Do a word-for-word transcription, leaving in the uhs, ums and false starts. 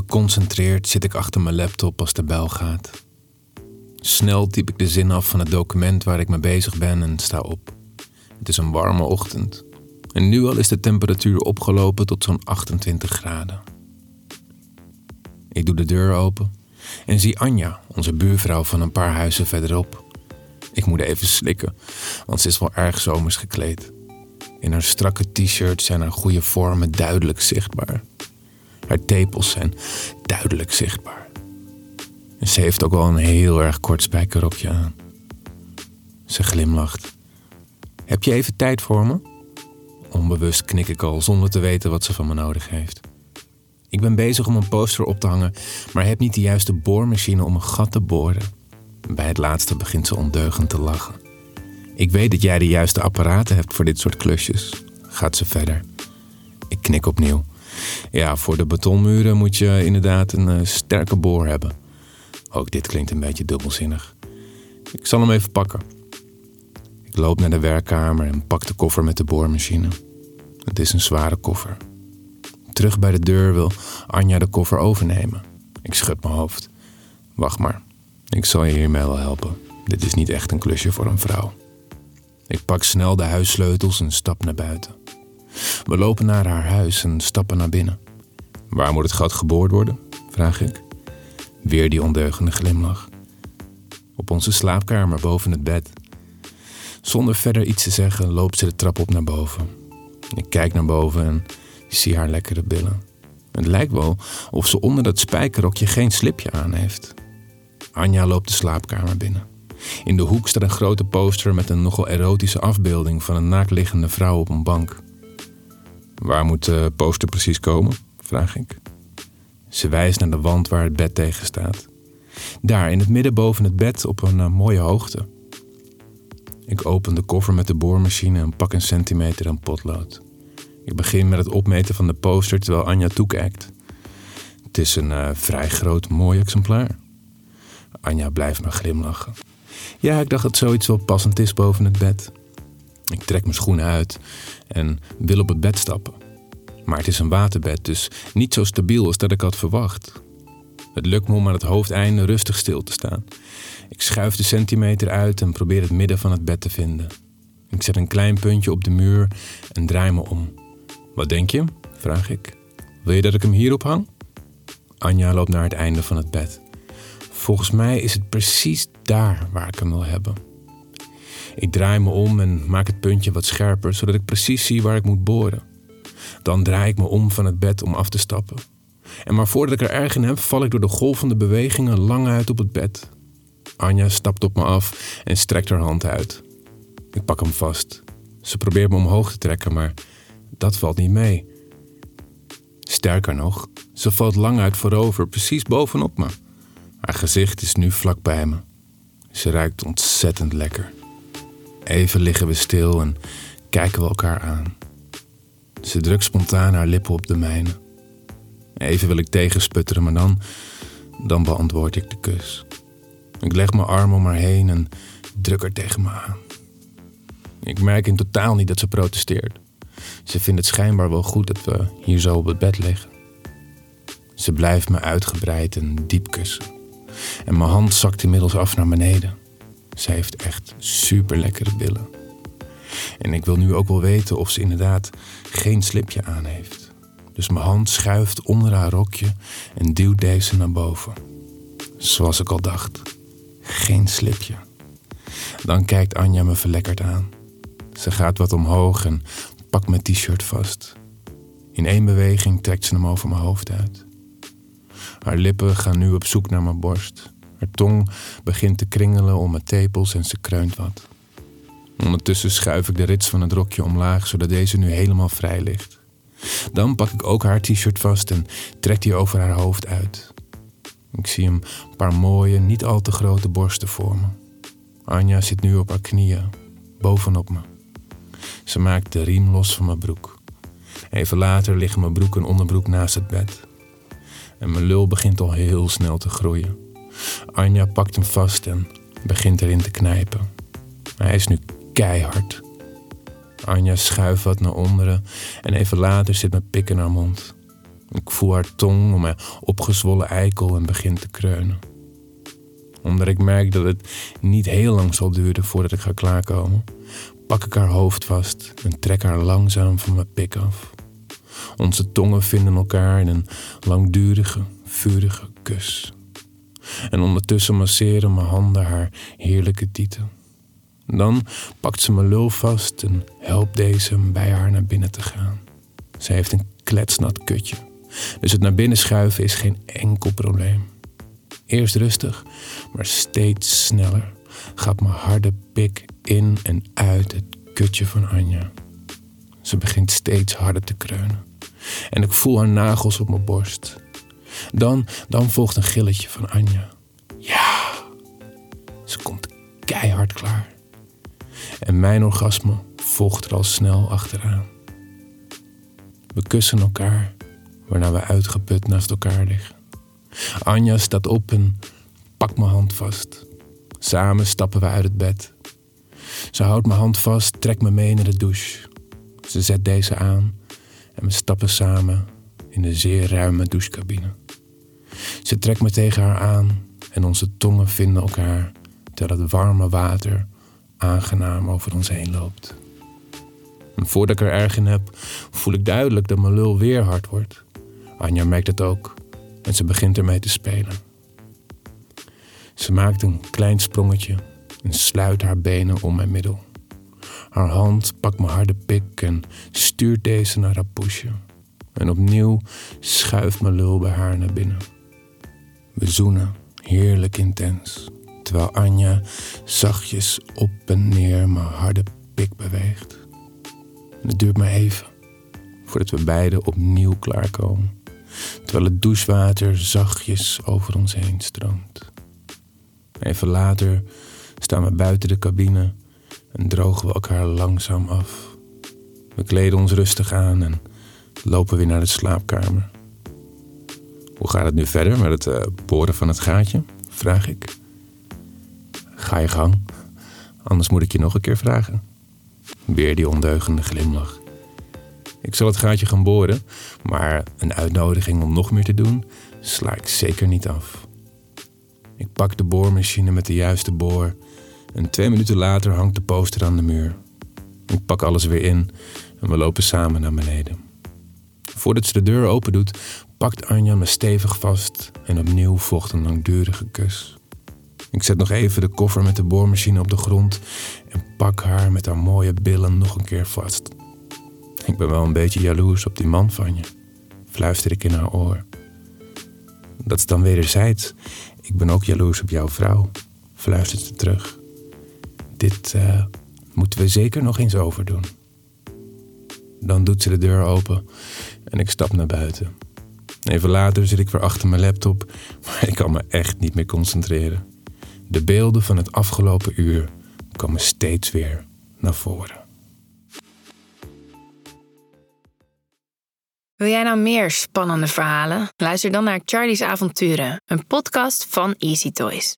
Geconcentreerd zit ik achter mijn laptop als de bel gaat. Snel typ ik de zin af van het document waar ik mee bezig ben en sta op. Het is een warme ochtend. En nu al is de temperatuur opgelopen tot zo'n achtentwintig graden. Ik doe de deur open en zie Anja, onze buurvrouw van een paar huizen verderop. Ik moet even slikken, want ze is wel erg zomers gekleed. In haar strakke t-shirt zijn haar goede vormen duidelijk zichtbaar. Haar tepels zijn duidelijk zichtbaar. En ze heeft ook wel een heel erg kort spijkerrokje aan. Ze glimlacht. Heb je even tijd voor me? Onbewust knik ik al zonder te weten wat ze van me nodig heeft. Ik ben bezig om een poster op te hangen, maar heb niet de juiste boormachine om een gat te boren. Bij het laatste begint ze ondeugend te lachen. Ik weet dat jij de juiste apparaten hebt voor dit soort klusjes, gaat ze verder. Ik knik opnieuw. Ja, voor de betonmuren moet je inderdaad een uh, sterke boor hebben. Ook dit klinkt een beetje dubbelzinnig. Ik zal hem even pakken. Ik loop naar de werkkamer en pak de koffer met de boormachine. Het is een zware koffer. Terug bij de deur wil Anja de koffer overnemen. Ik schud mijn hoofd. Wacht maar, ik zal je hiermee wel helpen. Dit is niet echt een klusje voor een vrouw. Ik pak snel de huissleutels en stap naar buiten. We lopen naar haar huis en stappen naar binnen. Waar moet het gat geboord worden? Vraag ik. Weer die ondeugende glimlach. Op onze slaapkamer boven het bed. Zonder verder iets te zeggen loopt ze de trap op naar boven. Ik kijk naar boven en zie haar lekkere billen. Het lijkt wel of ze onder dat spijkerrokje geen slipje aan heeft. Anja loopt de slaapkamer binnen. In de hoek staat een grote poster met een nogal erotische afbeelding van een naaktliggende vrouw op een bank. Waar moet de poster precies komen? Vraag ik. Ze wijst naar de wand waar het bed tegen staat. Daar in het midden boven het bed op een uh, mooie hoogte. Ik open de koffer met de boormachine en pak een centimeter en potlood. Ik begin met het opmeten van de poster terwijl Anja toekijkt. Het is een uh, vrij groot, mooi exemplaar. Anja blijft maar glimlachen. Ja, ik dacht dat zoiets wel passend is boven het bed. Ik trek mijn schoenen uit en wil op het bed stappen. Maar het is een waterbed, dus niet zo stabiel als dat ik had verwacht. Het lukt me om aan het hoofdeinde rustig stil te staan. Ik schuif de centimeter uit en probeer het midden van het bed te vinden. Ik zet een klein puntje op de muur en draai me om. Wat denk je? Vraag ik. Wil je dat ik hem hierop hang? Anja loopt naar het einde van het bed. Volgens mij is het precies daar waar ik hem wil hebben. Ik draai me om en maak het puntje wat scherper, zodat ik precies zie waar ik moet boren. Dan draai ik me om van het bed om af te stappen. En maar voordat ik er erg in heb, val ik door de golvende bewegingen lang uit op het bed. Anja stapt op me af en strekt haar hand uit. Ik pak hem vast. Ze probeert me omhoog te trekken, maar dat valt niet mee. Sterker nog, ze valt lang uit voorover, precies bovenop me. Haar gezicht is nu vlak bij me. Ze ruikt ontzettend lekker. Even liggen we stil en kijken we elkaar aan. Ze drukt spontaan haar lippen op de mijne. Even wil ik tegensputteren, maar dan, dan beantwoord ik de kus. Ik leg mijn arm om haar heen en druk haar tegen me aan. Ik merk in totaal niet dat ze protesteert. Ze vindt het schijnbaar wel goed dat we hier zo op het bed liggen. Ze blijft me uitgebreid en diep kussen. En mijn hand zakt inmiddels af naar beneden. Ze heeft echt super lekkere billen. En ik wil nu ook wel weten of ze inderdaad geen slipje aan heeft. Dus mijn hand schuift onder haar rokje en duwt deze naar boven. Zoals ik al dacht. Geen slipje. Dan kijkt Anja me verlekkerd aan. Ze gaat wat omhoog en pakt mijn t-shirt vast. In één beweging trekt ze hem over mijn hoofd uit. Haar lippen gaan nu op zoek naar mijn borst. Haar tong begint te kringelen om mijn tepels en ze kreunt wat. Ondertussen schuif ik de rits van het rokje omlaag, zodat deze nu helemaal vrij ligt. Dan pak ik ook haar t-shirt vast en trek die over haar hoofd uit. Ik zie een paar mooie, niet al te grote borsten voor me. Anja zit nu op haar knieën, bovenop me. Ze maakt de riem los van mijn broek. Even later liggen mijn broek en onderbroek naast het bed. En mijn lul begint al heel snel te groeien. Anja pakt hem vast en begint erin te knijpen. Hij is nu keihard. Anja schuift wat naar onderen en even later zit mijn pik in haar mond. Ik voel haar tong om mijn opgezwollen eikel en begin te kreunen. Omdat ik merk dat het niet heel lang zal duren voordat ik ga klaarkomen, pak ik haar hoofd vast en trek haar langzaam van mijn pik af. Onze tongen vinden elkaar in een langdurige, vurige kus. En ondertussen masseren mijn handen haar heerlijke tieten. Dan pakt ze mijn lul vast en helpt deze hem bij haar naar binnen te gaan. Ze heeft een kletsnat kutje, dus het naar binnen schuiven is geen enkel probleem. Eerst rustig, maar steeds sneller gaat mijn harde pik in en uit het kutje van Anja. Ze begint steeds harder te kreunen en ik voel haar nagels op mijn borst. Dan, dan volgt een gilletje van Anja. Ja! Ze komt keihard klaar. En mijn orgasme volgt er al snel achteraan. We kussen elkaar, waarna we uitgeput naast elkaar liggen. Anja staat op en pakt mijn hand vast. Samen stappen we uit het bed. Ze houdt mijn hand vast, trekt me mee naar de douche. Ze zet deze aan en we stappen samen in de zeer ruime douchecabine. Ze trekt me tegen haar aan en onze tongen vinden elkaar terwijl het warme water aangenaam over ons heen loopt. En voordat ik er erg in heb, voel ik duidelijk dat mijn lul weer hard wordt. Anja merkt het ook en ze begint ermee te spelen. Ze maakt een klein sprongetje en sluit haar benen om mijn middel. Haar hand pakt mijn harde pik en stuurt deze naar haar poesje. En opnieuw schuift mijn lul bij haar naar binnen. We zoenen, heerlijk intens, terwijl Anja zachtjes op en neer mijn harde pik beweegt. En het duurt maar even, voordat we beiden opnieuw klaarkomen, terwijl het douchewater zachtjes over ons heen stroomt. Even later staan we buiten de cabine en drogen we elkaar langzaam af. We kleden ons rustig aan en lopen weer naar de slaapkamer. Hoe gaat het nu verder met het uh, boren van het gaatje? Vraag ik. Ga je gang, anders moet ik je nog een keer vragen. Weer die ondeugende glimlach. Ik zal het gaatje gaan boren, maar een uitnodiging om nog meer te doen sla ik zeker niet af. Ik pak de boormachine met de juiste boor en twee minuten later hangt de poster aan de muur. Ik pak alles weer in en we lopen samen naar beneden. Voordat ze de deur open doet, pakt Anja me stevig vast en opnieuw volgt een langdurige kus. Ik zet nog even de koffer met de boormachine op de grond en pak haar met haar mooie billen nog een keer vast. Ik ben wel een beetje jaloers op die man van je, fluister ik in haar oor. Dat is dan wederzijds. Ik ben ook jaloers op jouw vrouw, fluistert ze terug. Dit uh, moeten we zeker nog eens overdoen. Dan doet ze de deur open en ik stap naar buiten. Even later zit ik weer achter mijn laptop, maar ik kan me echt niet meer concentreren. De beelden van het afgelopen uur komen steeds weer naar voren. Wil jij nou meer spannende verhalen? Luister dan naar Charlie's Avonturen, een podcast van Easy Toys.